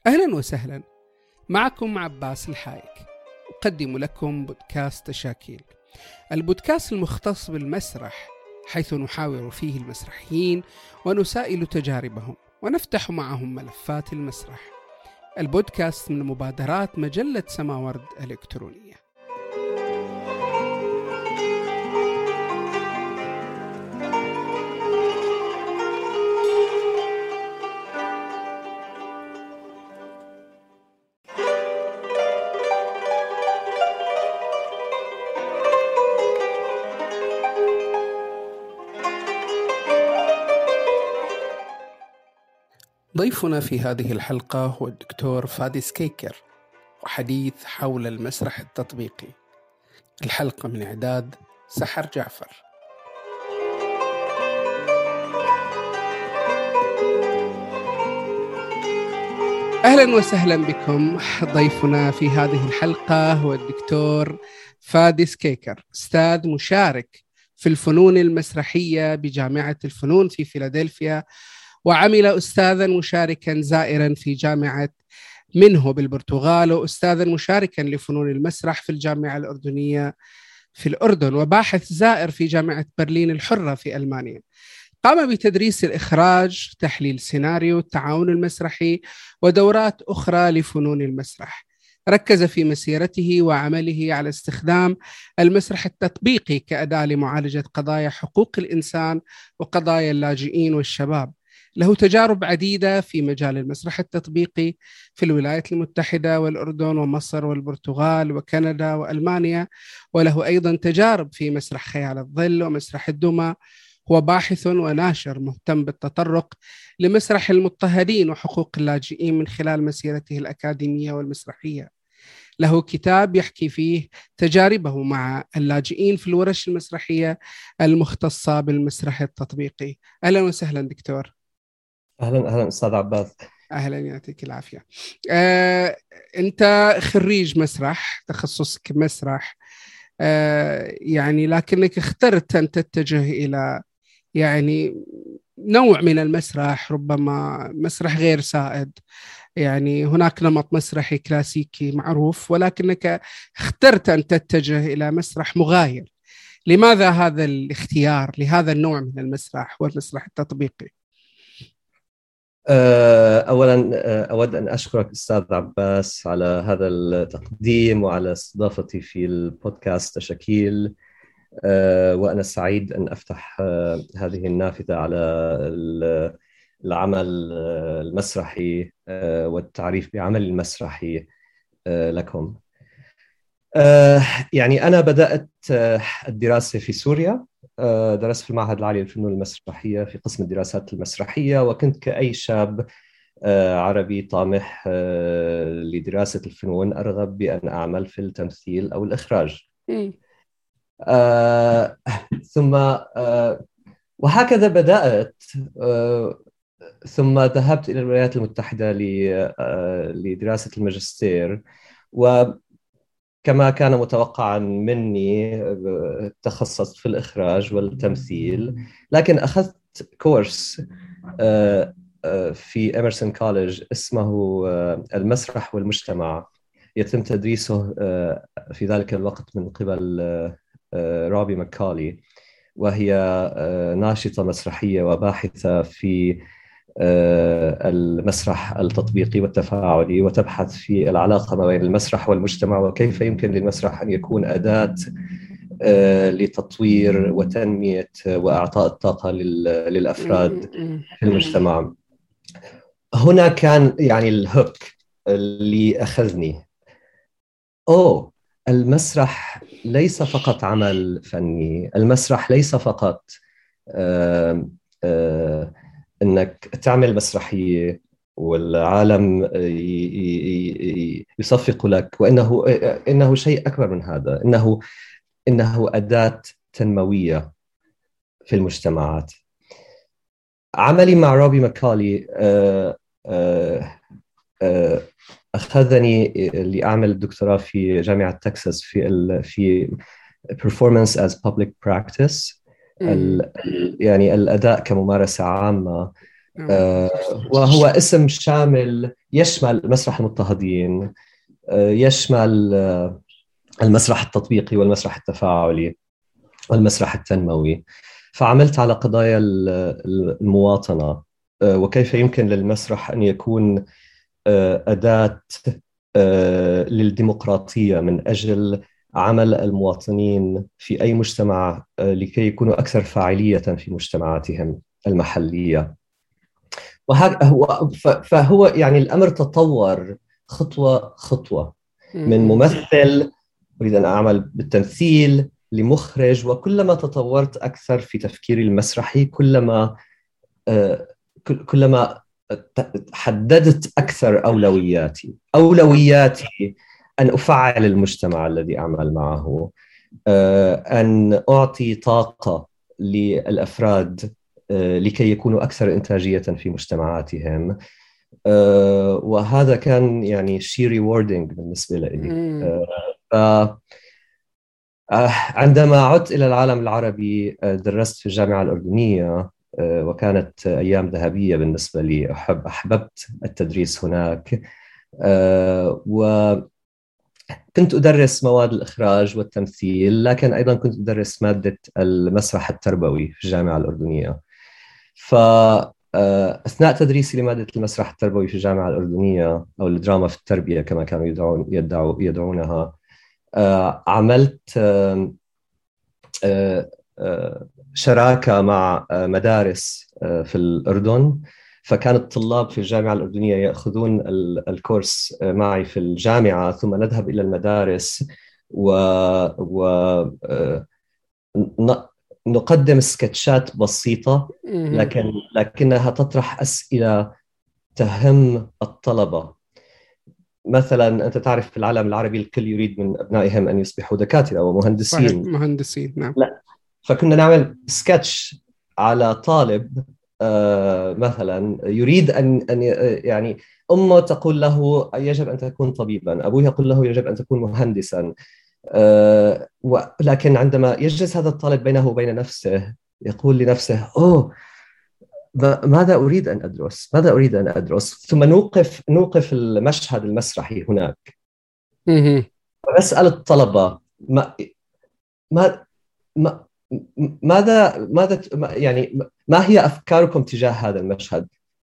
أهلا وسهلا، معكم عباس الحايك، أقدم لكم بودكاست تشاكيل، البودكاست المختص بالمسرح، حيث نحاور فيه المسرحيين ونسائل تجاربهم ونفتح معهم ملفات المسرح. البودكاست من مبادرات مجلة سماورد الإلكترونية. ضيفنا في هذه الحلقة هو الدكتور فادي كيكر، وحديث حول المسرح التطبيقي. الحلقة من إعداد سحر جعفر. أهلا وسهلا بكم. ضيفنا في هذه الحلقة هو الدكتور فادي كيكر، أستاذ مشارك في الفنون المسرحية بجامعة الفنون في فيلادلفيا، وعمل أستاذا مشاركا زائرا في جامعة منه بالبرتغال، وأستاذا مشاركا لفنون المسرح في الجامعة الأردنية في الأردن، وباحث زائر في جامعة برلين الحرة في ألمانيا. قام بتدريس الإخراج، تحليل سيناريو، التعاون المسرحي، ودورات أخرى لفنون المسرح. ركز في مسيرته وعمله على استخدام المسرح التطبيقي كأداة لمعالجة قضايا حقوق الإنسان وقضايا اللاجئين والشباب. له تجارب عديدة في مجال المسرح التطبيقي في الولايات المتحدة والأردن ومصر والبرتغال وكندا وألمانيا، وله أيضا تجارب في مسرح خيال الظل ومسرح الدمى. هو باحث وناشر مهتم بالتطرق لمسرح المضطهدين وحقوق اللاجئين من خلال مسيرته الأكاديمية والمسرحية. له كتاب يحكي فيه تجاربه مع اللاجئين في الورش المسرحية المختصة بالمسرح التطبيقي. أهلا وسهلا دكتور. أهلا أستاذ عباس. أهلا، يعطيك العافية. أنت خريج مسرح، تخصصك مسرح، يعني لكنك اخترت أن تتجه إلى يعني نوع من المسرح، ربما مسرح غير سائد. يعني هناك نمط مسرحي كلاسيكي معروف، ولكنك اخترت أن تتجه إلى مسرح مغاير. لماذا هذا الاختيار لهذا النوع من المسرح والمسرح التطبيقي؟ أولا أود أن أشكرك أستاذ عباس على هذا التقديم وعلى استضافتي في البودكاست تشاكيل. وأنا سعيد أن أفتح هذه النافذة على العمل المسرحي والتعريف بعمل المسرحي لكم. يعني أنا بدأت الدراسة في سوريا، درست في المعهد العالي للفنون المسرحية في قسم الدراسات المسرحية، وكنت كأي شاب عربي طامح لدراسة الفنون أرغب بأن أعمل في التمثيل أو الإخراج. ثم وهكذا بدأت. ثم ذهبت إلى الولايات المتحدة لدراسة الماجستير، وكما كان متوقعا مني تخصصت في الإخراج والتمثيل، لكن أخذت كورس في إميرسون كوليدج اسمه المسرح والمجتمع، يتم تدريسه في ذلك الوقت من قبل روبي ماكالي، وهي ناشطة مسرحية وباحثة في المسرح التطبيقي والتفاعلي، وتبحث في العلاقة ما بين المسرح والمجتمع، وكيف يمكن للمسرح أن يكون أداة لتطوير وتنمية وإعطاء الطاقة للأفراد في المجتمع. هنا كان يعني الهوك اللي أخذني. المسرح ليس فقط عمل فني، المسرح ليس فقط أنك تعمل مسرحية والعالم يصفق لك، وإنه شيء أكبر من هذا، إنه أداة تنموية في المجتمعات. عملي مع روبي ماكالي أخذني لأعمل دكتوراه في جامعة تكساس في performance as public practice، يعني الأداء كممارسة عامة وهو اسم شامل يشمل مسرح المضطهدين، يشمل المسرح التطبيقي والمسرح التفاعلي والمسرح التنموي. فعملت على قضايا المواطنة، وكيف يمكن للمسرح أن يكون أداة للديمقراطية من أجل عمل المواطنين في أي مجتمع لكي يكونوا أكثر فاعلية في مجتمعاتهم المحلية. فهو يعني الأمر تطور خطوة خطوة، من ممثل أريد أن أعمل بالتمثيل لمخرج، وكلما تطورت أكثر في تفكيري المسرحي كلما حددت أكثر أولوياتي أن أفعل المجتمع الذي أعمل معه، أن أعطي طاقة للأفراد لكي يكونوا أكثر إنتاجية في مجتمعاتهم. وهذا كان يعني شيء rewarding بالنسبة لي. عندما عدت إلى العالم العربي درست في الجامعة الأردنية، وكانت أيام ذهبية بالنسبة لي. أحببت التدريس هناك، وكنت أدرس مواد الإخراج والتمثيل، لكن أيضا كنت أدرس مادة المسرح التربوي في الجامعة الأردنية. فأثناء تدريسي لمادة المسرح التربوي في الجامعة الأردنية، أو الدراما في التربية كما كانوا يدعونها، عملت شراكة مع مدارس في الأردن. فكان الطلاب في الجامعة الأردنية يأخذون الكورس معي في الجامعة، ثم نذهب إلى المدارس ونقدم سكتشات بسيطة، لكنها تطرح أسئلة تهم الطلبة. مثلا أنت تعرف في العالم العربي الكل يريد من أبنائهم أن يصبحوا دكاترة ومهندسين. مهندسين، نعم. لا، فكنا نعمل سكتش على طالب مثلا يريد أن يعني أمه تقول له يجب أن تكون طبيبا، أبوه يقول له يجب أن تكون مهندسا. لكن عندما يجلس هذا الطالب بينه وبين نفسه يقول لنفسه ماذا أريد أن أدرس؟ ثم نوقف المشهد المسرحي هناك، ونسأل الطلبة ماذا يعني ما هي أفكاركم تجاه هذا المشهد؟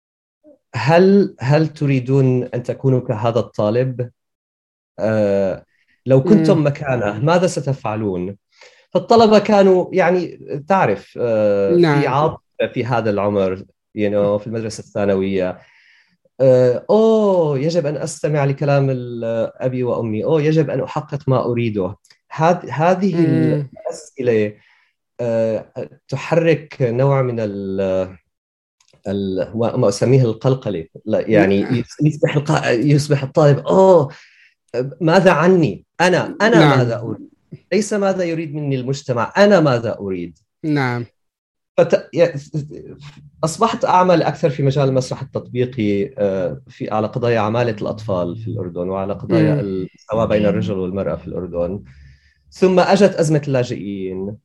هل تريدون أن تكونوا كهذا الطالب؟ لو كنتم مكانه ماذا ستفعلون؟ فالطلبة كانوا يعني تعرف في عاطفة في هذا العمر، في المدرسة الثانوية. يجب أن أستمع لكلام أبي وأمي، يجب أن أحقق ما أريده. هذه الأسئلة تحرك نوع من ما أسميه القلقلة. يعني يصبح الطالب ماذا عني؟ أنا نعم. ماذا أريد؟ ليس ماذا يريد مني المجتمع، أنا ماذا أريد؟ نعم. أصبحت أعمل أكثر في مجال المسرح التطبيقي على قضايا عمالة الأطفال في الأردن، وعلى قضايا السواء بين الرجل والمرأة في الأردن. ثم أجت أزمة اللاجئين،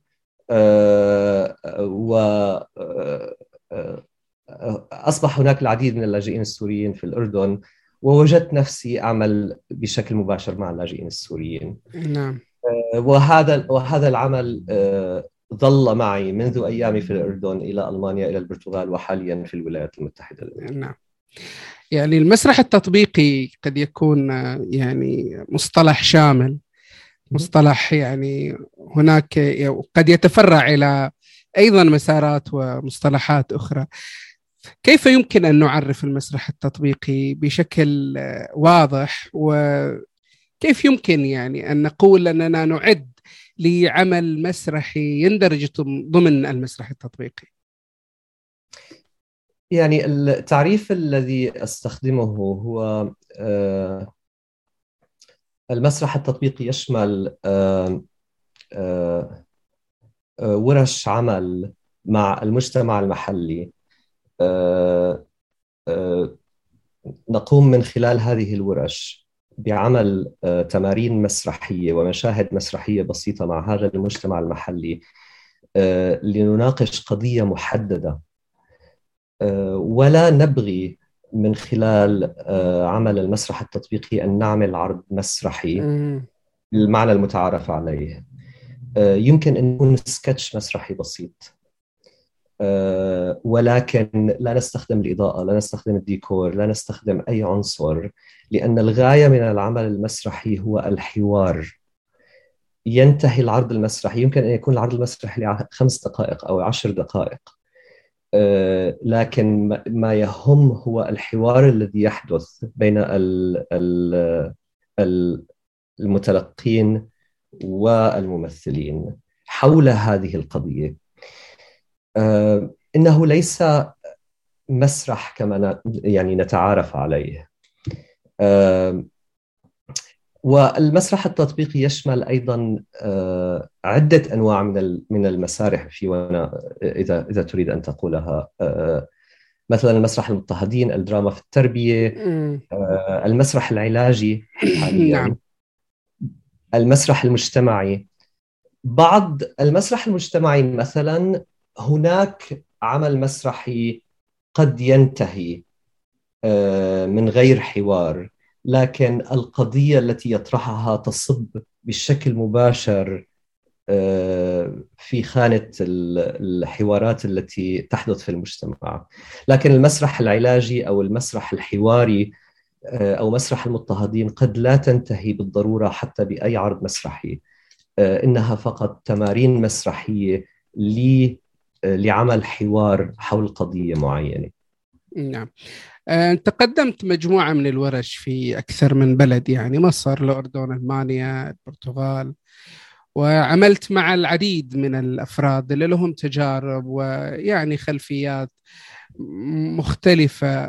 وأصبح هناك العديد من اللاجئين السوريين في الأردن، ووجدت نفسي أعمل بشكل مباشر مع اللاجئين السوريين. نعم. وهذا العمل ظل معي منذ أيامي في الأردن إلى ألمانيا، إلى البرتغال، وحاليا في الولايات المتحدة الأمريكية. نعم. يعني المسرح التطبيقي قد يكون يعني مصطلح شامل، مصطلح يعني هناك قد يتفرع إلى أيضا مسارات ومصطلحات أخرى. كيف يمكن أن نعرف المسرح التطبيقي بشكل واضح، وكيف يمكن يعني أن نقول أننا نعد لعمل مسرحي يندرج ضمن المسرح التطبيقي؟ يعني التعريف الذي أستخدمه هو المسرح التطبيقي يشمل ورش عمل مع المجتمع المحلي، نقوم من خلال هذه الورش بعمل تمارين مسرحية ومشاهد مسرحية بسيطة مع هذا المجتمع المحلي، لنناقش قضية محددة ولا نبغي من خلال عمل المسرح التطبيقي أن نعمل عرض مسرحي بالمعنى المتعارف عليه. يمكن أن يكون سكتش مسرحي بسيط، ولكن لا نستخدم الإضاءة، لا نستخدم الديكور، لا نستخدم أي عنصر، لأن الغاية من العمل المسرحي هو الحوار. ينتهي العرض المسرحي، يمكن أن يكون العرض المسرحي 5 دقائق أو 10 دقائق، لكن ما يهم هو الحوار الذي يحدث بين المتلقين والممثلين حول هذه القضية. إنه ليس مسرح كما يعني نتعارف عليه. والمسرح التطبيقي يشمل أيضا عدة أنواع من المسارح، في وانا إذا تريد أن تقولها. مثلا المسرح المضطهدين، الدراما في التربية، المسرح العلاجي حاليا، نعم. المسرح المجتمعي. بعض المسرح المجتمعي مثلا هناك عمل مسرحي قد ينتهي من غير حوار، لكن القضية التي يطرحها تصب بشكل مباشر في خانة الحوارات التي تحدث في المجتمع. لكن المسرح العلاجي أو المسرح الحواري أو مسرح المضطهدين قد لا تنتهي بالضرورة حتى بأي عرض مسرحي، إنها فقط تمارين مسرحية لعمل حوار حول قضية معينة. نعم. تقدمت مجموعة من الورش في أكثر من بلد، يعني مصر، الأردن، ألمانيا، البرتغال، وعملت مع العديد من الأفراد اللي لهم تجارب ويعني خلفيات مختلفة.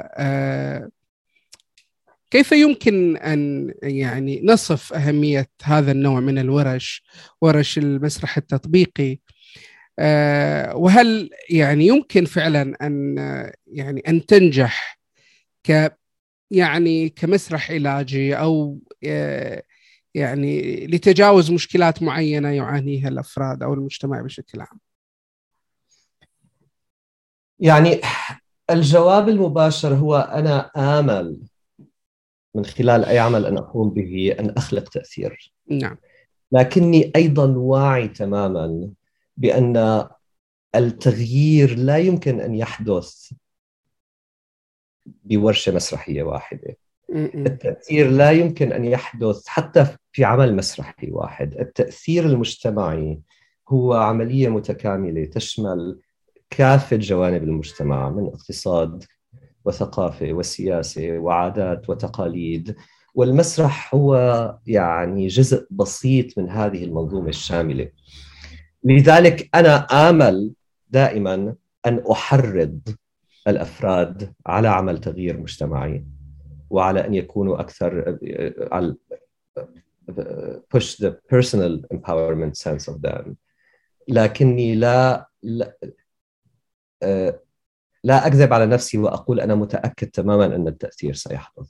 كيف يمكن أن يعني نصف أهمية هذا النوع من الورش، ورش المسرح التطبيقي؟ وهل يعني يمكن فعلا أن تنجح يعني كمسرح علاجي أو يعني لتجاوز مشكلات معينة يعانيها الأفراد أو المجتمع بشكل عام؟ يعني الجواب المباشر هو أنا آمل من خلال أي عمل أنا أقوم به أن أخلق تأثير. نعم. لكني أيضا واعي تماما بأن التغيير لا يمكن أن يحدث بورشة مسرحية واحدة. التأثير لا يمكن أن يحدث حتى في عمل مسرحي واحد. التأثير المجتمعي هو عملية متكاملة تشمل كافة جوانب المجتمع، من اقتصاد وثقافة وسياسة وعادات وتقاليد، والمسرح هو يعني جزء بسيط من هذه المنظومة الشاملة. لذلك أنا آمل دائما أن أحرض الأفراد على عمل تغيير مجتمعي، وعلى أن يكونوا أكثر على push the personal empowerment sense of them. لكني لا أكذب على نفسي وأقول أنا متأكد تماما أن التأثير سيحدث.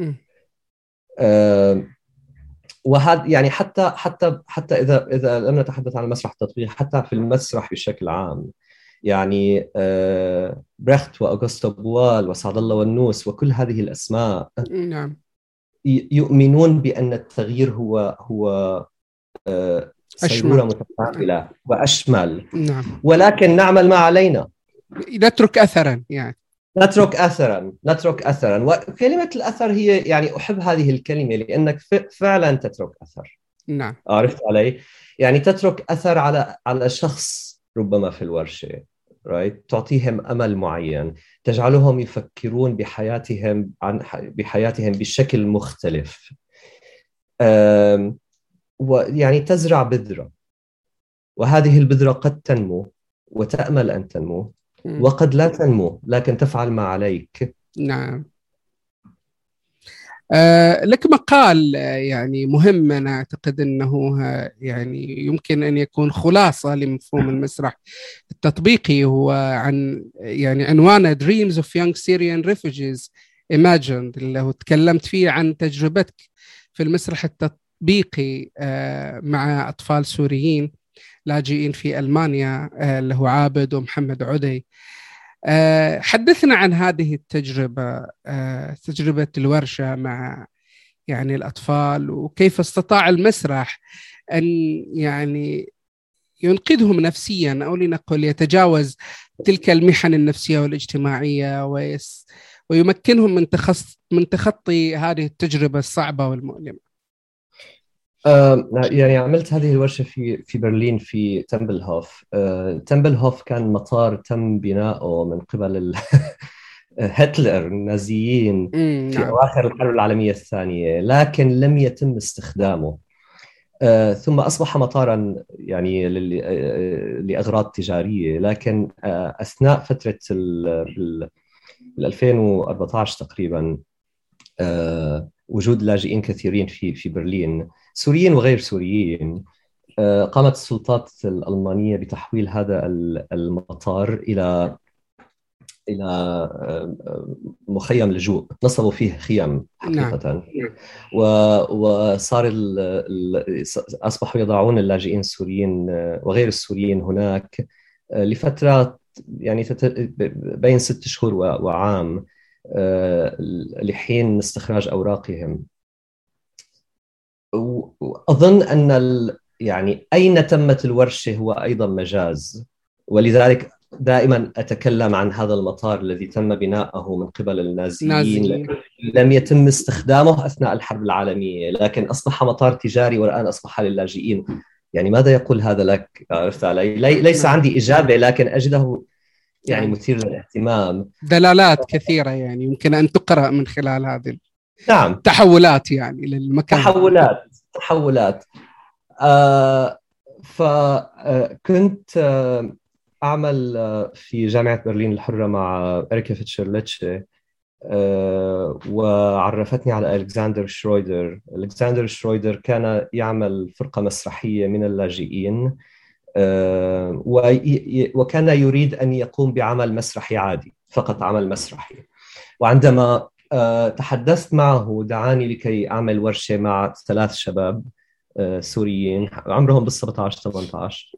وهذا يعني حتى إذا لم نتحدث عن المسرح التطبيقي، حتى في المسرح بشكل عام، يعني بريخت وأغسطو بوال وسعد الله والنوس وكل هذه الأسماء، نعم، يؤمنون بأن التغيير هو سيرورة متكاملة وأشمل. نعم. ولكن نعمل ما علينا، نترك أثرا، يعني نترك أثرا. وكلمة الأثر هي يعني أحب هذه الكلمة لأنك فعلا تترك أثر. نعم. عرفت علي؟ يعني تترك أثر على شخص ربما في الورشة، right؟ تعطيهم أمل معين، تجعلهم يفكرون بحياتهم بشكل مختلف، ويعني تزرع بذرة، وهذه البذرة قد تنمو وتأمل أن تنمو، وقد لا تنمو لكن تفعل ما عليك. نعم. لك مقال يعني مهم، أنا أعتقد أنه يعني يمكن أن يكون خلاصة لمفهوم المسرح التطبيقي، هو عن يعني عنوانه Dreams of Young Syrian Refugees Imagined، اللي هو تكلمت فيه عن تجربتك في المسرح التطبيقي مع أطفال سوريين لاجئين في ألمانيا، اللي هو عابد ومحمد عدي. حدثنا عن هذه التجربة، تجربة الورشة مع يعني الأطفال، وكيف استطاع المسرح أن يعني ينقذهم نفسيا، أو لنقل يتجاوز تلك المحن النفسية والاجتماعية ويمكنهم من تخطي هذه التجربة الصعبة والمؤلمة. يعني عملت هذه الورشة في برلين في تمبلهوف. تمبلهوف كان مطار تم بناؤه من قبل هتلر النازيين في نعم. أواخر الحرب العالمية الثانية، لكن لم يتم استخدامه. ثم أصبح مطاراً يعني لأغراض تجارية، لكن أثناء فترة 2014 تقريباً وجود لاجئين كثيرين في برلين، سوريين وغير سوريين، قامت السلطات الألمانية بتحويل هذا المطار إلى مخيم لجوء، نصبوا فيه خيام حقيقة. نعم. وصار أصبحوا يضعون اللاجئين السوريين وغير السوريين هناك لفترات يعني بين 6 شهور وعام لحين استخراج أوراقهم. وأظن أن يعني أين تمت الورشة هو أيضا مجاز، ولذلك دائما أتكلم عن هذا المطار الذي تم بناؤه من قبل النازيين. لم يتم استخدامه أثناء الحرب العالمية، لكن أصبح مطار تجاري والآن أصبح للاجئين. يعني ماذا يقول هذا لك؟ عرفت علي؟ ليس عندي إجابة، لكن أجده يعني مثير للاهتمام. دلالات كثيرة يعني يمكن أن تقرأ من خلال هذه نعم تحولات يعني للمكان. تحولات. فكنت أعمل في جامعة برلين الحرة مع إريكا فيتشر-ليتشي، وعرفتني على ألكسندر شرويدر. ألكسندر شرويدر كان يعمل فرقة مسرحية من اللاجئين، وكان يريد أن يقوم بعمل مسرحي عادي، فقط عمل مسرحي. وعندما تحدثت معه دعاني لكي أعمل ورشة مع 3 شباب سوريين عمرهم بال17 18.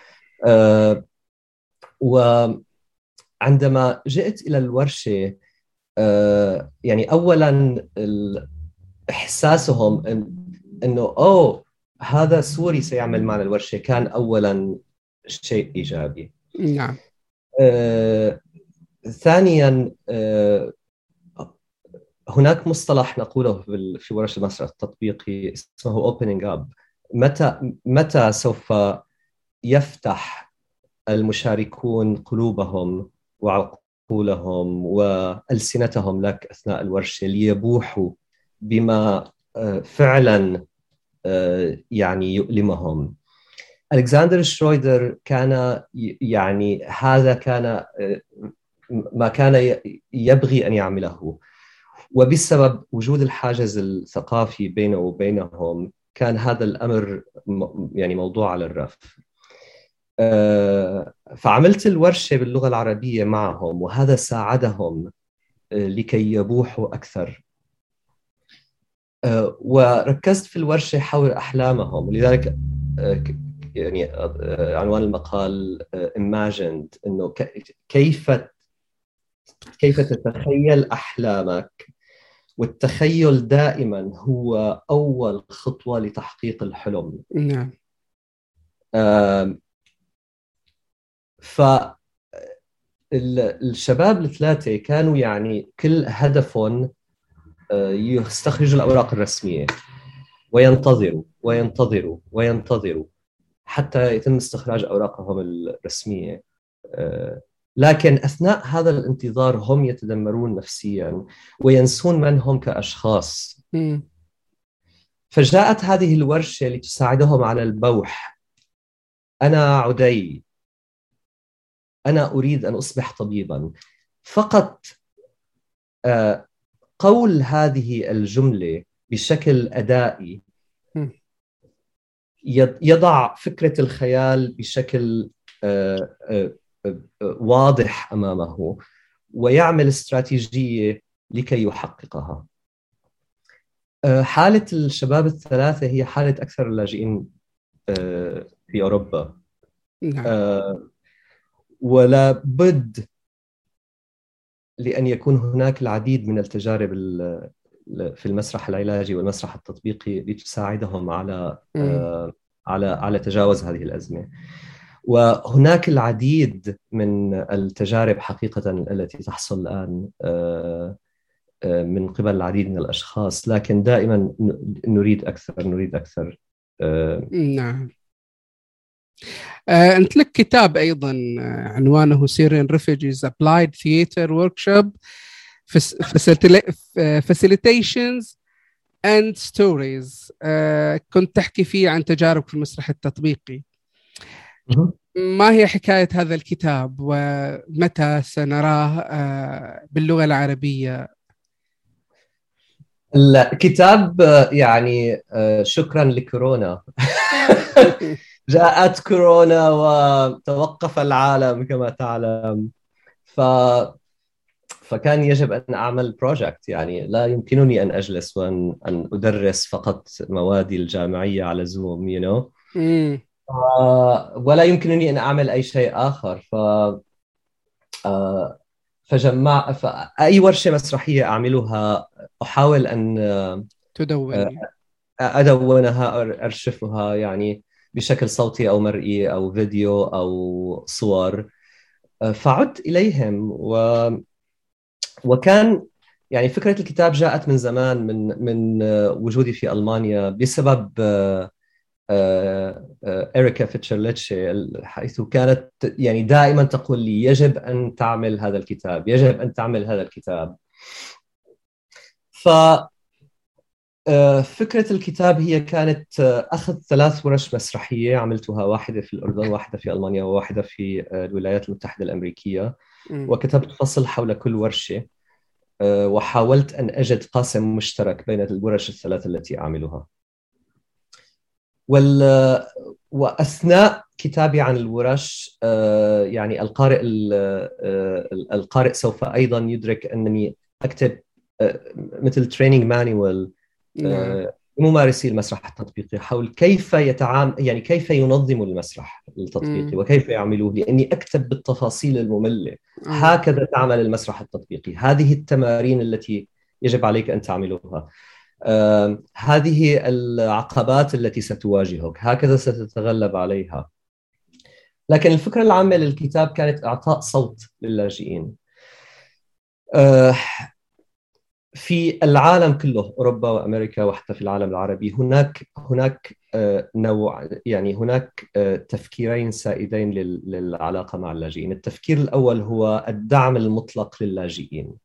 وعندما جئت إلى الورشة يعني أولا إحساسهم إنه هذا سوري سيعمل معنا الورشة كان أولا شيء إيجابي. نعم. ثانيا هناك مصطلح نقوله في ورش المسرح التطبيقي اسمه opening up. متى سوف يفتح المشاركون قلوبهم وعقولهم وألسنتهم لك أثناء الورشة ليبوحوا بما فعلا يعني يؤلمهم. ألكسندر شرويدر كان يعني هذا كان ما كان يبغي أن يعمله، وبسبب وجود الحاجز الثقافي بينه وبينهم كان هذا الأمر يعني موضوع على الرف. فعملت الورشة باللغة العربية معهم، وهذا ساعدهم لكي يبوحوا أكثر. وركزت في الورشة حول أحلامهم، ولذلك يعني عنوان المقال Imagined، إنه كيف تتخيل أحلامك، والتخيل دائما هو أول خطوة لتحقيق الحلم. نعم. فالشباب ال3 كانوا يعني كل هدفهم يستخرجوا الأوراق الرسمية وينتظروا وينتظروا وينتظروا حتى يتم استخراج أوراقهم الرسمية. لكن أثناء هذا الانتظار هم يتدمرون نفسياً وينسون من هم كأشخاص. فجاءت هذه الورشة لتساعدهم على البوح. أنا عدي، أنا أريد أن أصبح طبيباً. فقط قول هذه الجملة بشكل أدائي يضع فكرة الخيال بشكل واضح أمامه، ويعمل استراتيجية لكي يحققها. حالة الشباب ال3 هي حالة أكثر اللاجئين في أوروبا. ولا بد لأن يكون هناك العديد من التجارب في المسرح العلاجي والمسرح التطبيقي لتساعدهم على على تجاوز هذه الأزمة. وهناك العديد من التجارب حقيقة التي تحصل الآن من قبل العديد من الأشخاص، لكن دائما نريد أكثر، نريد أكثر. نعم. أنت لك كتاب أيضا عنوانه Syrian Refugees Applied Theatre Workshop Facilitations and Stories. كنت تحكي فيه عن تجارب في المسرح التطبيقي. ما هي حكاية هذا الكتاب ومتى سنراه باللغة العربية؟ الكتاب يعني شكرا لكورونا. جاءت كورونا وتوقف العالم كما تعلم، فكان يجب أن أعمل بروجكت. يعني لا يمكنني أن أجلس وأن أدرس فقط موادي الجامعية على زوم ولا يمكنني أن أعمل أي شيء آخر. فأي ورشة مسرحية أعملها أحاول أن أدونها، أرشفها يعني بشكل صوتي أو مرئي أو فيديو أو صور. فعدت إليهم وكان يعني فكرة الكتاب جاءت من زمان، من وجودي في ألمانيا بسبب إريكا فيتشرليتشي، حيث كانت يعني دائما تقول لي يجب أن تعمل هذا الكتاب، يجب أن تعمل هذا الكتاب. فكرة الكتاب هي كانت أخذ 3 ورش مسرحية عملتها، واحدة في الأردن، واحدة في ألمانيا، وواحدة في الولايات المتحدة الأمريكية. وكتبت فصل حول كل ورشة، وحاولت أن أجد قاسم مشترك بين الورش ال3 التي أعملها. وأثناء كتابي عن الورش يعني القارئ سوف أيضا يدرك أنني أكتب مثل تريننج مانيوال ممارسي المسرح التطبيقي حول كيف يعني كيف ينظم المسرح التطبيقي وكيف يعملوه، لأني أكتب بالتفاصيل المملة. هكذا تعمل المسرح التطبيقي، هذه التمارين التي يجب عليك أن تعملوها، هذه العقبات التي ستواجهك، هكذا ستتغلب عليها. لكن الفكرة العامة للكتاب كانت إعطاء صوت للاجئين في العالم كله، أوروبا وأمريكا وحتى في العالم العربي. هناك نوع، يعني هناك تفكيرين سائدين للعلاقة مع اللاجئين. التفكير الأول هو الدعم المطلق للاجئين.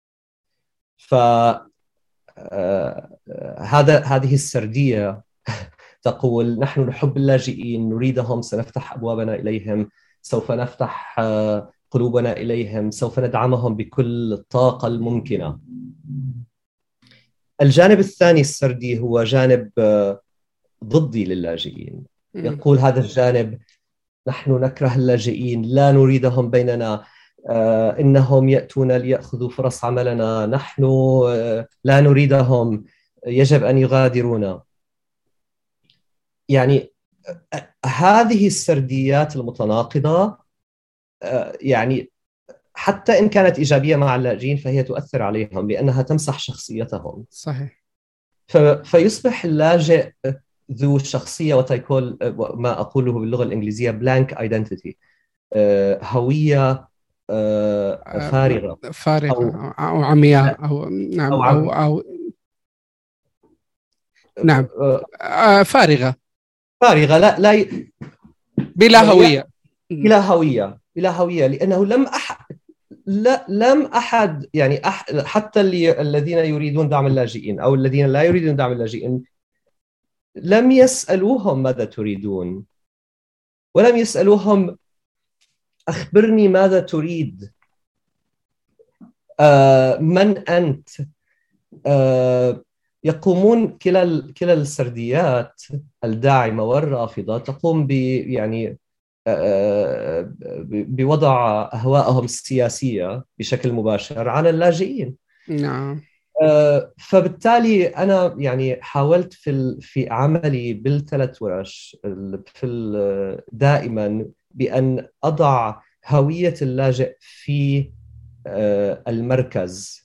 هذه السردية تقول نحن نحب اللاجئين، نريدهم، سنفتح أبوابنا إليهم، سوف نفتح قلوبنا إليهم، سوف ندعمهم بكل الطاقة الممكنة. الجانب الثاني السردي هو جانب ضدي للاجئين. يقول هذا الجانب نحن نكره اللاجئين، لا نريدهم بيننا، إنهم يأتون ليأخذوا فرص عملنا، نحن لا نريدهم، يجب أن يغادرونا. يعني هذه السرديات المتناقضة يعني حتى إن كانت إيجابية مع اللاجئين فهي تؤثر عليهم لأنها تمسح شخصيتهم. صحيح. فيصبح اللاجئ ذو شخصية وتيكول، ما أقوله باللغة الإنجليزية blank identity، هوية فارغة أو عمياء أو نعم أو نعم فارغة لا بلا هوية، بلا هوية، لأنه لم أحد يعني حتى الذين يريدون دعم اللاجئين أو الذين لا يريدون دعم اللاجئين لم يسألوهم ماذا تريدون، ولم يسألوهم أخبرني ماذا تريد، من أنت. يقومون كلا السرديات الداعمة والرافضة تقوم يعني بوضع أهواءهم السياسية بشكل مباشر على اللاجئين. نعم. فبالتالي أنا يعني حاولت في عملي بال3 ورش دائما بأن أضع هوية اللاجئ في المركز،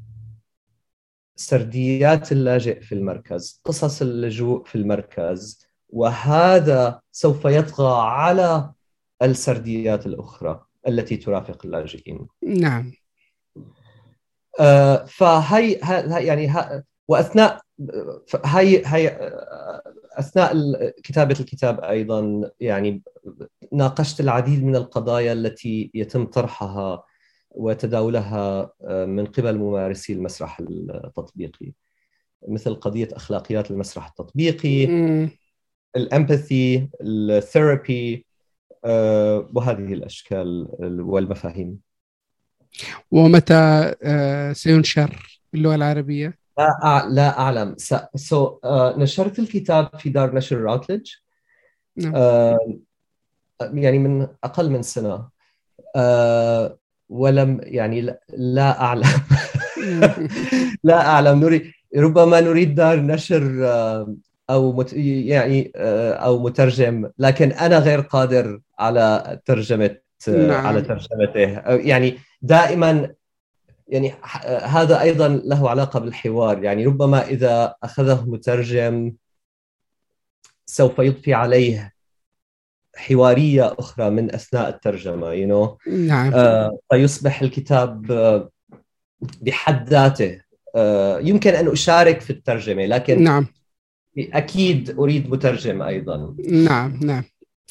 سرديات اللاجئ في المركز، قصص اللجوء في المركز، وهذا سوف يطغى على السرديات الأخرى التي ترافق اللاجئين. نعم. واثناء هي اثناء كتابه الكتاب ايضا يعني ناقشت العديد من القضايا التي يتم طرحها وتداولها من قبل ممارسي المسرح التطبيقي، مثل قضيه اخلاقيات المسرح التطبيقي، الامباثي، الثيرابي، وهذه الاشكال والمفاهيم. ومتى سينشر باللغة العربية؟ لا أعلم. نشرت الكتاب في دار نشر راوتلج يعني من أقل من سنة، ولم يعني لا أعلم لا أعلم. ربما نريد دار نشر أو يعني أو مترجم، لكن أنا غير قادر على ترجمة على ترجمته. يعني دائما يعني هذا أيضا له علاقة بالحوار، يعني ربما إذا أخذه مترجم سوف يضفي عليه حوارية أخرى من أثناء الترجمة نعم. فيصبح الكتاب بحد ذاته يمكن أن أشارك في الترجمة، لكن نعم أكيد أريد مترجم أيضا. نعم.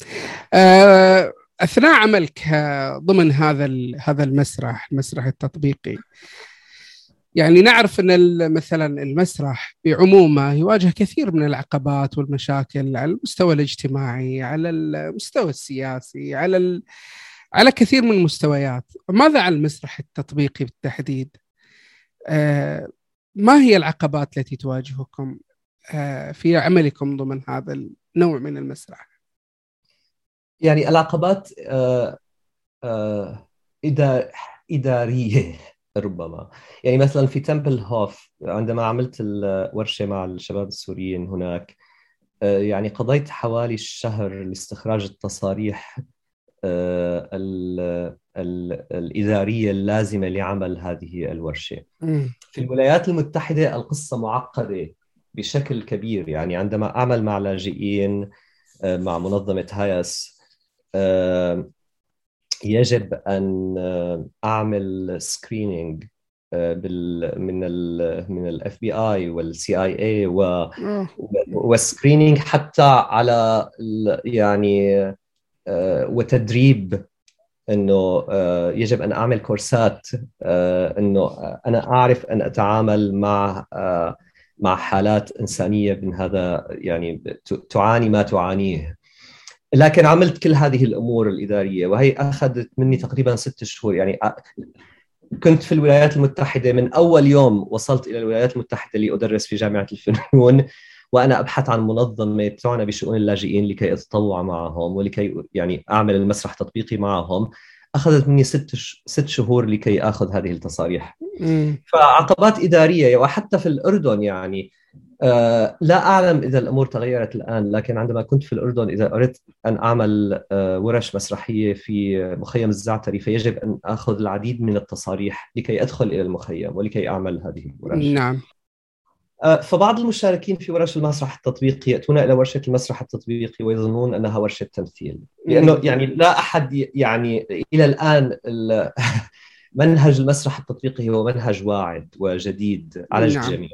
أثناء عملك ضمن هذا المسرح التطبيقي، يعني نعرف أن مثلا المسرح بعمومه يواجه كثير من العقبات والمشاكل على المستوى الاجتماعي، على المستوى السياسي، على كثير من المستويات. ماذا عن المسرح التطبيقي بالتحديد؟ ما هي العقبات التي تواجهكم في عملكم ضمن هذا النوع من المسرح؟ يعني العقبات إدارية ربما. يعني مثلا في تمبل هوف عندما عملت الورشة مع الشباب السوريين هناك، يعني قضيت حوالي الشهر لاستخراج التصاريح الإدارية اللازمة لعمل هذه الورشة. في الولايات المتحدة القصة معقدة بشكل كبير. يعني عندما أعمل مع لاجئين مع منظمة هايس، يجب أن أعمل سكرينينج من الاف بي اي والسي اي اي وسكرينينج حتى على يعني وتدريب انه يجب ان اعمل كورسات انه انا اعرف ان اتعامل مع حالات انسانيه من هذا، يعني تعاني ما تعانيه. لكن عملت كل هذه الامور الاداريه وهي اخذت مني تقريبا 6 شهور. يعني كنت في الولايات المتحده من اول يوم وصلت الى الولايات المتحده لادرس في جامعه الفنون، وأنا أبحث عن منظمة تعنى بشؤون اللاجئين لكي أتطوع معهم ولكي يعني أعمل المسرح التطبيقي معهم. أخذت مني 6 شهور لكي أخذ هذه التصاريح. فعقبات إدارية. وحتى في الأردن يعني لا أعلم إذا الأمور تغيرت الآن، لكن عندما كنت في الأردن إذا أردت أن أعمل ورش مسرحية في مخيم الزعتري فيجب أن أخذ العديد من التصاريح لكي أدخل إلى المخيم ولكي أعمل هذه الورش. نعم. فبعض المشاركين في ورش المسرح التطبيقي يأتون إلى ورشة المسرح التطبيقي ويظنون أنها ورشة تمثيل، لأنه يعني لا أحد يعني إلى الآن منهج المسرح التطبيقي هو منهج واعد وجديد على الجميع.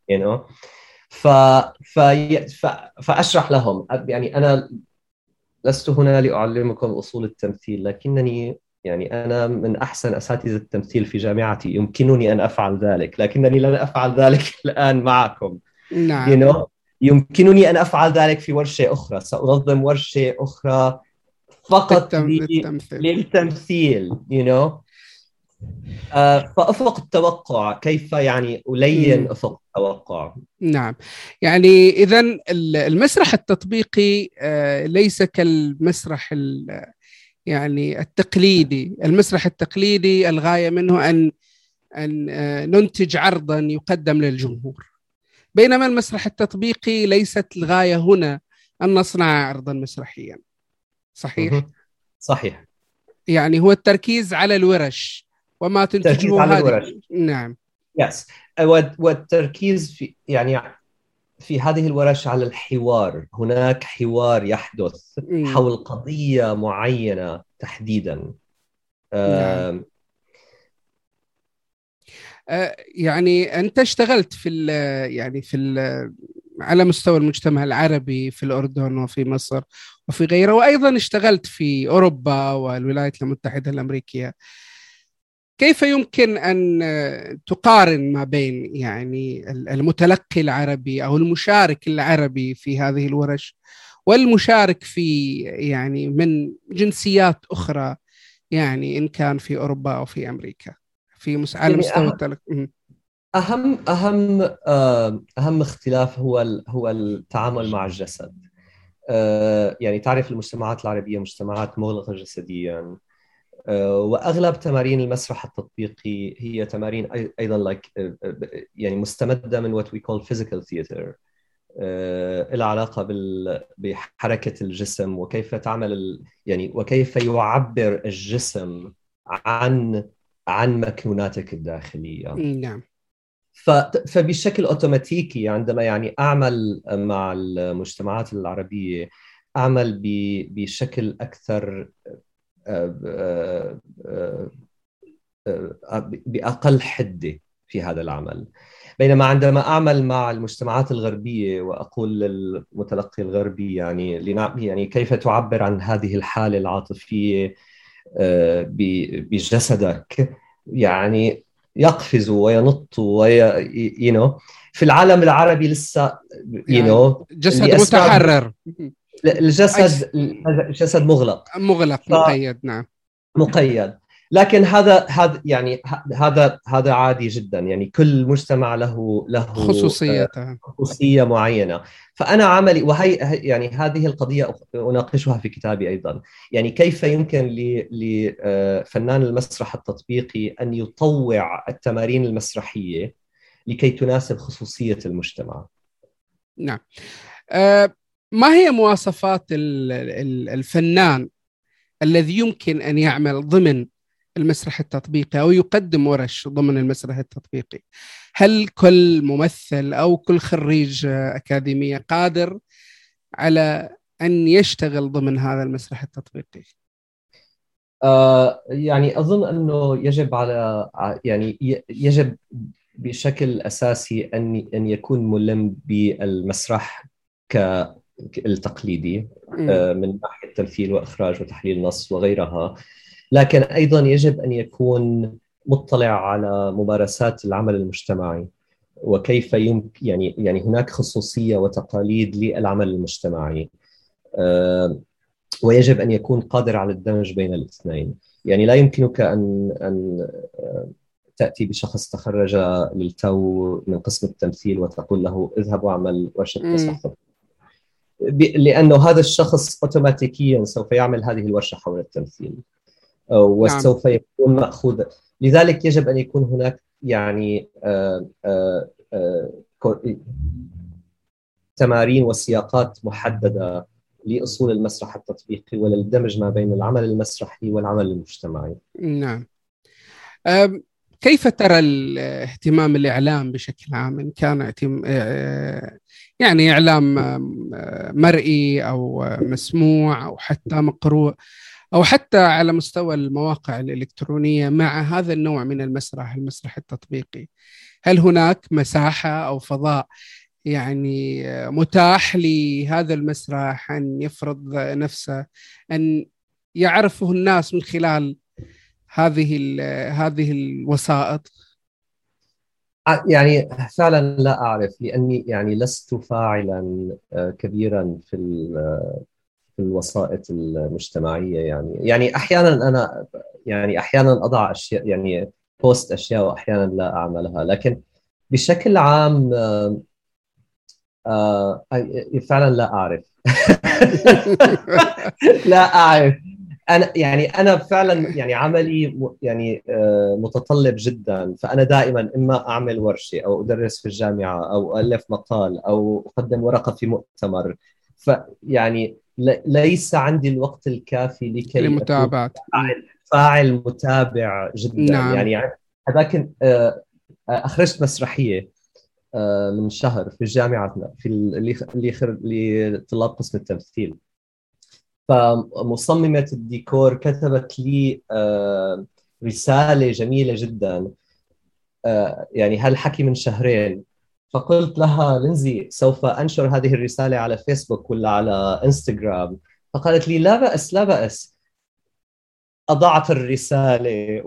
فأشرح لهم يعني أنا لست هنا لأعلمكم أصول التمثيل، لكنني يعني أنا من أحسن أساتذة التمثيل في جامعتي، يمكنني أن أفعل ذلك، لكنني لن أفعل ذلك الآن معكم. نعم. يمكنني أن أفعل ذلك في ورشة أخرى. سأنظم ورشة أخرى فقط للتمثيل. فأفق التوقع، كيف يعني ألين أفق التوقع. نعم. يعني إذن المسرح التطبيقي ليس كالمسرح يعني التقليدي. المسرح التقليدي الغاية منه أن ننتج عرضا يقدم للجمهور، بينما المسرح التطبيقي ليست الغاية هنا أن نصنع عرضا مسرحيا. صحيح؟ صحيح. يعني هو التركيز على الورش وما تركيز تنتجه على هذه. الورش. نعم. يس. والتركيز في يعني في هذه الورش على الحوار. هناك حوار يحدث حول قضية معينة تحديدا. نعم. يعني أنت اشتغلت على مستوى المجتمع العربي في الأردن وفي مصر وفي غيره، وأيضا اشتغلت في أوروبا والولايات المتحدة الأمريكية. كيف يمكن أن تقارن ما بين يعني المتلقي العربي أو المشارك العربي في هذه الورش والمشارك في يعني من جنسيات أخرى، يعني إن كان في أوروبا أو في أمريكا، على يعني مستوى التلقي؟ أهم اختلاف هو التعامل مع الجسد. يعني تعرف المجتمعات العربية مجتمعات مغلقة جسديا، واغلب تمارين المسرح التطبيقي هي تمارين ايضا يعني مستمده من what we call physical theater، لها علاقه بحركه الجسم وكيف تعمل يعني وكيف يعبر الجسم عن مكنوناتك الداخليه. نعم. فبشكل اوتوماتيكي عندما يعني اعمل مع المجتمعات العربيه اعمل بشكل اكثر بأقل حدة في هذا العمل. بينما عندما أعمل مع المجتمعات الغربية وأقول للمتلقي الغربي يعني كيف تعبر عن هذه الحالة العاطفية بجسدك، يعني يقفز وينط في العالم العربي لسه يعني جسد لأسباب متحرر. الجسد مغلق مقيد. نعم. مقيد. لكن هذا عادي جدا. يعني كل مجتمع له خصوصيته. خصوصية معينة. فأنا عملي وهي يعني هذه القضية أناقشها في كتابي أيضا. يعني كيف يمكن لفنان المسرح التطبيقي أن يطوع التمارين المسرحية لكي تناسب خصوصية المجتمع. نعم. ما هي مواصفات الفنان الذي يمكن أن يعمل ضمن المسرح التطبيقي أو يقدم ورش ضمن المسرح التطبيقي؟ هل كل ممثل أو كل خريج أكاديمية قادر على أن يشتغل ضمن هذا المسرح التطبيقي؟ يعني أظن أنه يجب بشكل أساسي أن يكون ملم بالمسرح التقليدي من ناحية تمثيل وإخراج وتحليل نص وغيرها. لكن أيضا يجب أن يكون مطلع على ممارسات العمل المجتمعي وكيف يمكن يعني هناك خصوصية وتقاليد للعمل المجتمعي، ويجب أن يكون قادر على الدمج بين الاثنين. يعني لا يمكنك أن تأتي بشخص تخرج للتو من قسم التمثيل وتقول له اذهب واعمل ورشة مسرح، لأنه هذا الشخص أوتوماتيكيا سوف يعمل هذه الورشة حول التمثيل وسوف يكون مأخوذ. لذلك يجب أن يكون هناك يعني تمارين وسياقات محددة لأصول المسرح التطبيقي وللدمج ما بين العمل المسرحي والعمل المجتمعي. نعم. كيف ترى الاهتمام الإعلام بشكل عام، إن كان يعني إعلام مرئي أو مسموع أو حتى مقروء أو حتى على مستوى المواقع الإلكترونية مع هذا النوع من المسرح التطبيقي؟ هل هناك مساحة أو فضاء يعني متاح لهذا المسرح أن يفرض نفسه، أن يعرفه الناس من خلال هذه الوسائط؟ يعني فعلا لا أعرف، لأني يعني لست فاعلا كبيرا في الوسائط المجتمعية. يعني أحيانا أضع أشياء، يعني بوست أشياء، وأحيانا لا أعملها. لكن بشكل عام فعلا لا أعرف. لا أعرف. أنا فعلا يعني عملي يعني متطلب جدا. فأنا دائما إما أعمل ورشة أو أدرس في الجامعة أو ألف مقال أو أقدم ورقة في مؤتمر. فيعني ليس عندي الوقت الكافي لكي لمتابعة فاعل متابع جدا. نعم. يعني هذاك أخرجت مسرحية من شهر في جامعتنا، في اللي طلاب قسم التمثيل. فمصممة الديكور كتبت لي رسالة جميلة جدا، يعني هالحكي من شهرين. فقلت لها لينزي سوف أنشر هذه الرسالة على فيسبوك ولا على انستغرام. فقالت لي لا بأس لا بأس. أضعت الرسالة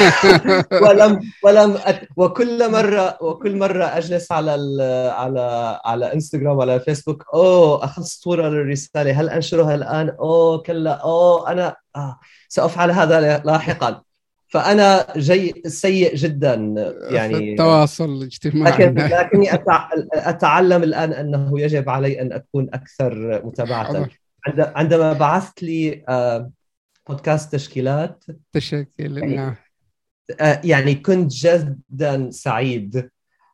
وكل مرة أجلس على انستغرام ولا فيسبوك، أخذت صورة للرسالة، هل أنشرها الآن؟ كلا، أنا سأفعل هذا لاحقا. فأنا سيء جدا في يعني. التواصل الاجتماعي. لكني أتعلم الآن أنه يجب علي أن أكون أكثر متابعة. عندما بعثت لي بودكاست تشكيلات، تشكيل. نعم. يعني كنت جدا سعيد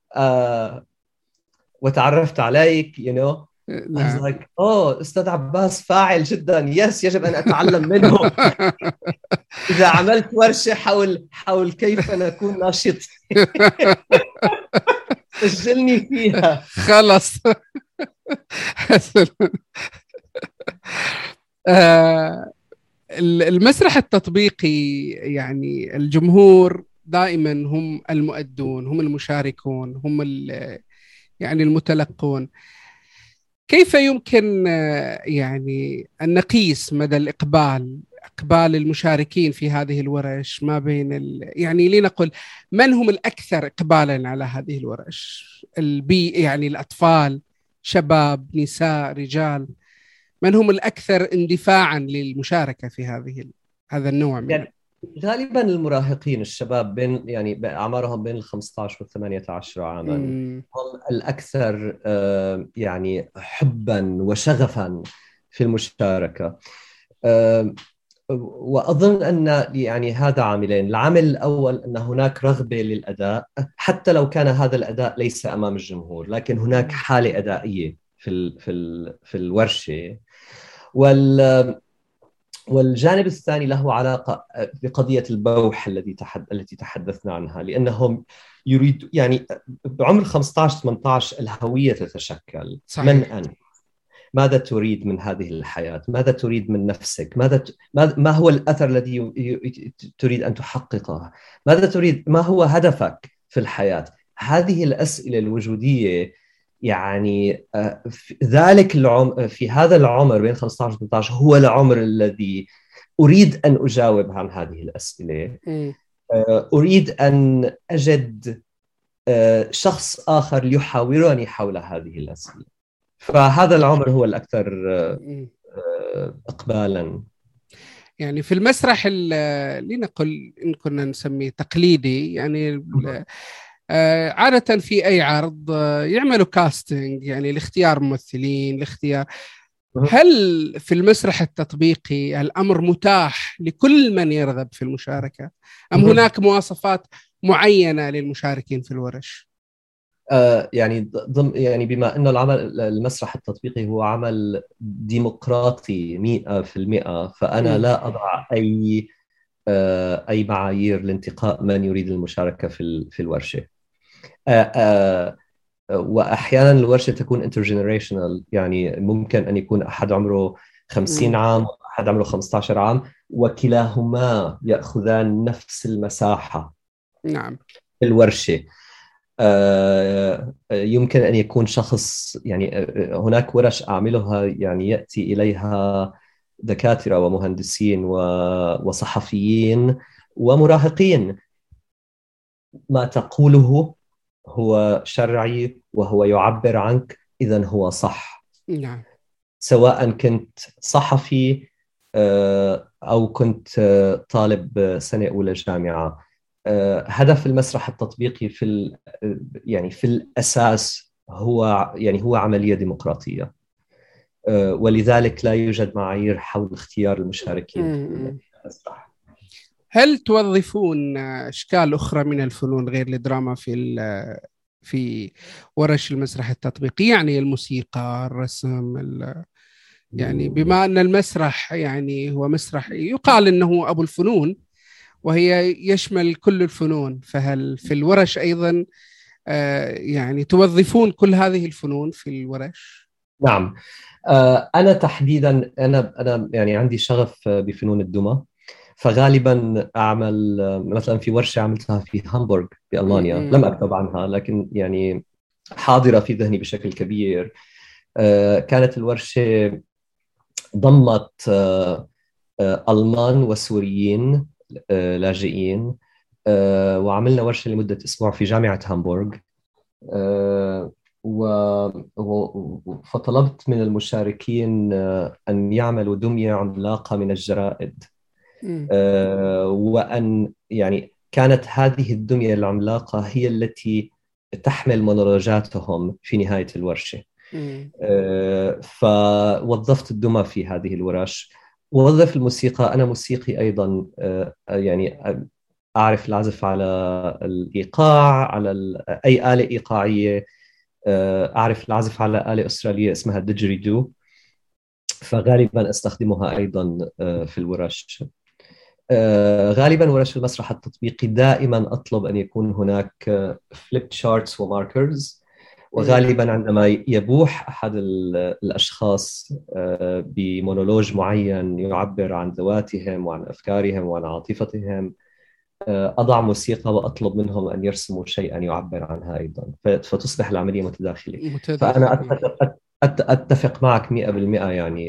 وتعرفت عليك I was نعم. like أستاذ عباس فاعل جدا، يجب أن أتعلم منه. إذا عملت ورشة حول كيف نكون ناشط سجلني فيها. خلص. المسرح التطبيقي، يعني الجمهور دائما هم المؤدون، هم المشاركون، هم يعني المتلقون. كيف يمكن يعني أن نقيس مدى إقبال المشاركين في هذه الورش ما بين يعني لنقل من هم الأكثر إقبالا على هذه الورش؟ يعني الأطفال، شباب، نساء، رجال، من هم الأكثر اندفاعا للمشاركة في هذا النوع من يعني غالبا المراهقين، الشباب يعني أعمارهم بين 15 و 18 عاما هم الأكثر يعني حبا وشغفا في المشاركة. وأظن أن يعني هذا عاملين. العامل الأول أن هناك رغبة للأداء، حتى لو كان هذا الأداء ليس أمام الجمهور، لكن هناك حالة أدائية في الورشة. والجانب الثاني له علاقة بقضية البوح التي تحدثنا عنها، لأنهم يريد يعني بعمر 15-18 الهوية تتشكل. صحيح. من أنت؟ ماذا تريد من هذه الحياة؟ ماذا تريد من نفسك؟ ما هو الأثر الذي تريد أن تحققه؟ ماذا تريد؟ ما هو هدفك في الحياة؟ هذه الأسئلة الوجودية، يعني في هذا العمر بين 15 و 18 هو العمر الذي أريد أن أجاوب عن هذه الأسئلة. أريد أن أجد شخص آخر يحاورني حول هذه الأسئلة. فهذا العمر هو الأكثر إقبالاً. يعني في المسرح لنقل إن كنا نسميه تقليدي، يعني عادة في أي عرض يعملوا كاستنج، يعني لاختيار ممثلين، هل في المسرح التطبيقي الأمر متاح لكل من يرغب في المشاركة، أم هناك مواصفات معينة للمشاركين في الورش؟ يعني بما أن المسرح التطبيقي هو عمل ديمقراطي 100%، فأنا لا أضع أي معايير لانتقاء من يريد المشاركة في الورشة. وأحيانا الورشة تكون intergenerational، يعني ممكن أن يكون أحد عمره 50 عام وأحد عمره 15 عام، وكلاهما يأخذان نفس المساحة. نعم. في الورشة يمكن أن يكون شخص، يعني هناك ورش أعملها يعني يأتي إليها دكاترة ومهندسين وصحفيين ومراهقين. ما تقوله هو شرعي وهو يعبر عنك، إذن هو صح. نعم. سواء كنت صحفي أو كنت طالب سنة أولى جامعة. هدف المسرح التطبيقي يعني في الأساس هو عملية ديمقراطية، ولذلك لا يوجد معايير حول اختيار المشاركين في المسرح. هل توظفون أشكال أخرى من الفنون غير الدراما في ورش المسرح التطبيقي، يعني الموسيقى، الرسم، يعني بما أن المسرح يعني هو مسرح يقال أنه أبو الفنون، وهي يشمل كل الفنون، فهل في الورش أيضا يعني توظفون كل هذه الفنون في الورش؟ نعم. أنا تحديدا أنا يعني عندي شغف بفنون الدمى، فغالبا أعمل مثلا في ورشة عملتها في هامبورغ بألمانيا، لم أكتب عنها لكن يعني حاضرة في ذهني بشكل كبير. كانت الورشة ضمت ألمان وسوريين لاجئين، وعملنا ورشة لمدة أسبوع في جامعة هامبورغ. فطلبت من المشاركين أن يعملوا دمية عملاقة من الجرائد، وأن يعني كانت هذه الدمية العملاقة هي التي تحمل مونولوجاتهم في نهاية الورشة. فوظفت الدمى في هذه الورش، ووظف الموسيقى. أنا موسيقي أيضا، يعني أعرف العزف على الإيقاع، على أي آلة إيقاعية. أعرف العزف على آلة أسترالية اسمها الديجريدو، فغالبا أستخدمها أيضا في الورش. غالبا ورش المسرح التطبيقي دائما أطلب أن يكون هناك فليب شارتس وماركرز، وغالبا عندما يبوح أحد الأشخاص بمونولوج معين يعبر عن ذواتهم وعن أفكارهم وعن عاطفتهم، أضع موسيقى وأطلب منهم أن يرسموا شيئا يعبر عنها أيضا، فتصبح العملية متداخلة. فأنا أتفق معك 100%. يعني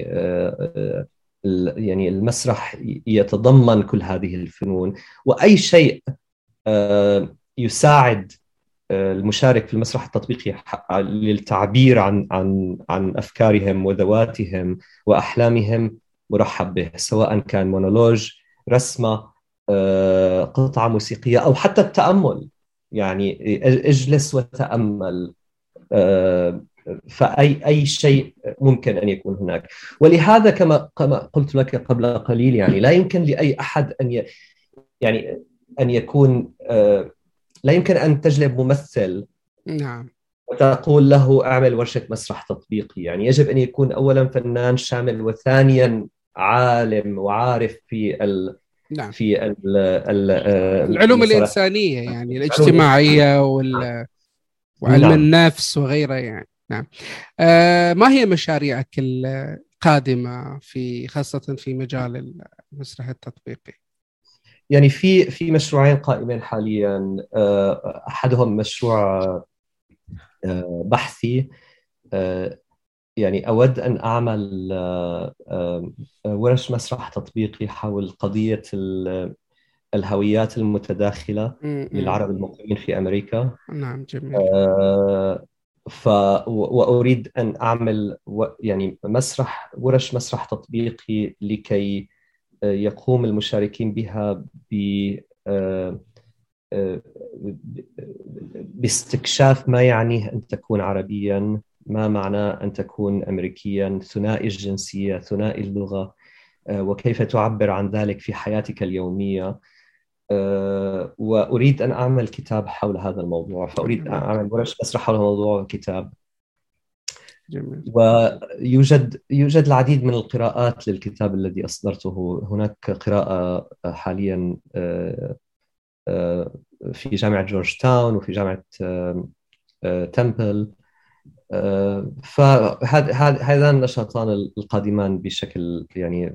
يعني المسرح يتضمن كل هذه الفنون، وأي شيء يساعد المشارك في المسرح التطبيقي للتعبير عن أفكارهم وذواتهم وأحلامهم مرحب به، سواء كان مونولوج، رسمة، قطعة موسيقية، أو حتى التأمل. يعني اجلس وتأمل، فأي شيء ممكن أن يكون هناك. ولهذا كما قلت لك قبل قليل، يعني لا يمكن لأي أحد يعني أن يكون لا يمكن أن تجلب ممثل نعم وتقول له أعمل ورشة مسرح تطبيقي. يعني يجب أن يكون أولا فنان شامل، وثانيا عالم وعارف في نعم في العلوم الإنسانية، يعني الاجتماعية وعلم نعم. النفس وغيره يعني. نعم. ما هي مشاريعك القادمة خاصة في مجال المسرح التطبيقي؟ يعني في مشروعين قائمين حاليا. أحدهم مشروع بحثي. يعني أود أن أعمل ورش مسرح تطبيقي حول قضية الهويات المتداخلة للعرب المقيمين في أمريكا. نعم جميل. وأريد أن أعمل يعني ورش مسرح تطبيقي لكي يقوم المشاركين بها باستكشاف ما يعنيه أن تكون عربياً، ما معناه أن تكون أمريكياً، ثنائي الجنسية، ثنائي اللغة، وكيف تعبر عن ذلك في حياتك اليومية. وأريد أن أعمل كتاب حول هذا الموضوع، فأريد أن أعمل ورش مسرح حول موضوع كتاب. جميل. ويوجد العديد من القراءات للكتاب الذي أصدرته. هناك قراءة حالياً في جامعة جورج تاون وفي جامعة تمبل. فهذان النشاطان القادمان بشكل يعني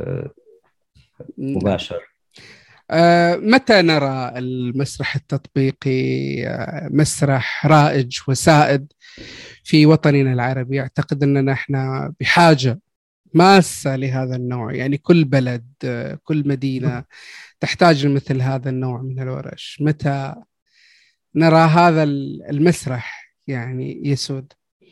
مباشر. متى نرى المسرح التطبيقي مسرح رائج وسائد في وطننا العربي؟ أعتقد أننا احنا بحاجة ماسة لهذا النوع، يعني كل بلد كل مدينة تحتاج لمثل هذا النوع من الورش. متى نرى هذا المسرح يعني يسود؟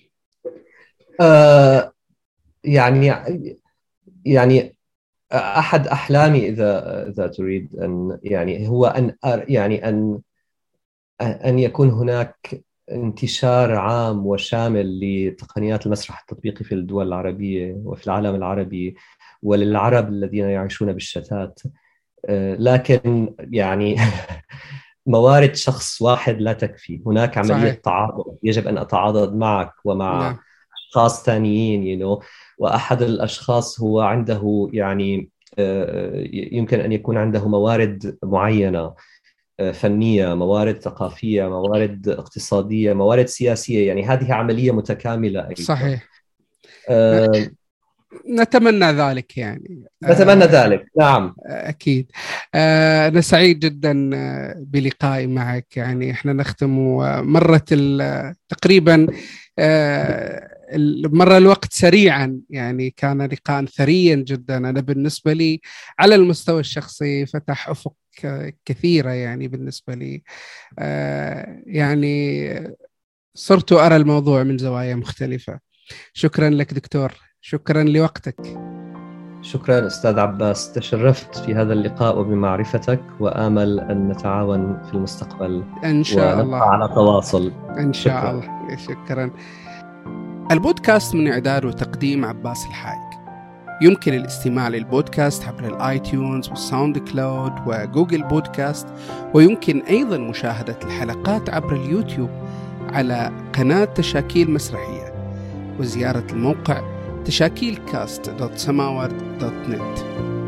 يعني أحد أحلامي إذا تريد أن يعني هو أن يكون هناك انتشار عام وشامل لتقنيات المسرح التطبيقي في الدول العربية وفي العالم العربي وللعرب الذين يعيشون بالشتات. لكن يعني موارد شخص واحد لا تكفي. هناك عملية صحيح. تعاضد، يجب أن أتعاضد معك ومع نعم. أشخاص ثانيين وأحد الأشخاص هو عنده يعني يمكن أن يكون عنده موارد معينة، فنية، موارد ثقافية، موارد اقتصادية، موارد سياسية. يعني هذه عملية متكاملة أيضا. صحيح. نتمنى ذلك يعني. نتمنى ذلك، نعم. أكيد. أنا سعيد جدا بلقائي معك. يعني إحنا نختم مرة تقريبا مرة الوقت سريعا. يعني كان لقاء ثريا جدا. أنا بالنسبة لي على المستوى الشخصي فتح أفق كثيرة يعني بالنسبة لي. يعني صرت أرى الموضوع من زوايا مختلفة. شكرا لك دكتور، شكرا لوقتك. شكرا أستاذ عباس، تشرفت في هذا اللقاء وبمعرفتك، وآمل أن نتعاون في المستقبل إن شاء الله، ونبقى على تواصل. إن شاء الله. شكرا. البودكاست من إعداد وتقديم عباس الحايق. يمكن الاستماع للبودكاست عبر الآيتيونز والساوند كلاود وجوجل بودكاست، ويمكن أيضا مشاهدة الحلقات عبر اليوتيوب على قناة تشاكيل مسرحية، وزيارة الموقع تشاكيلكاست.samaward.net.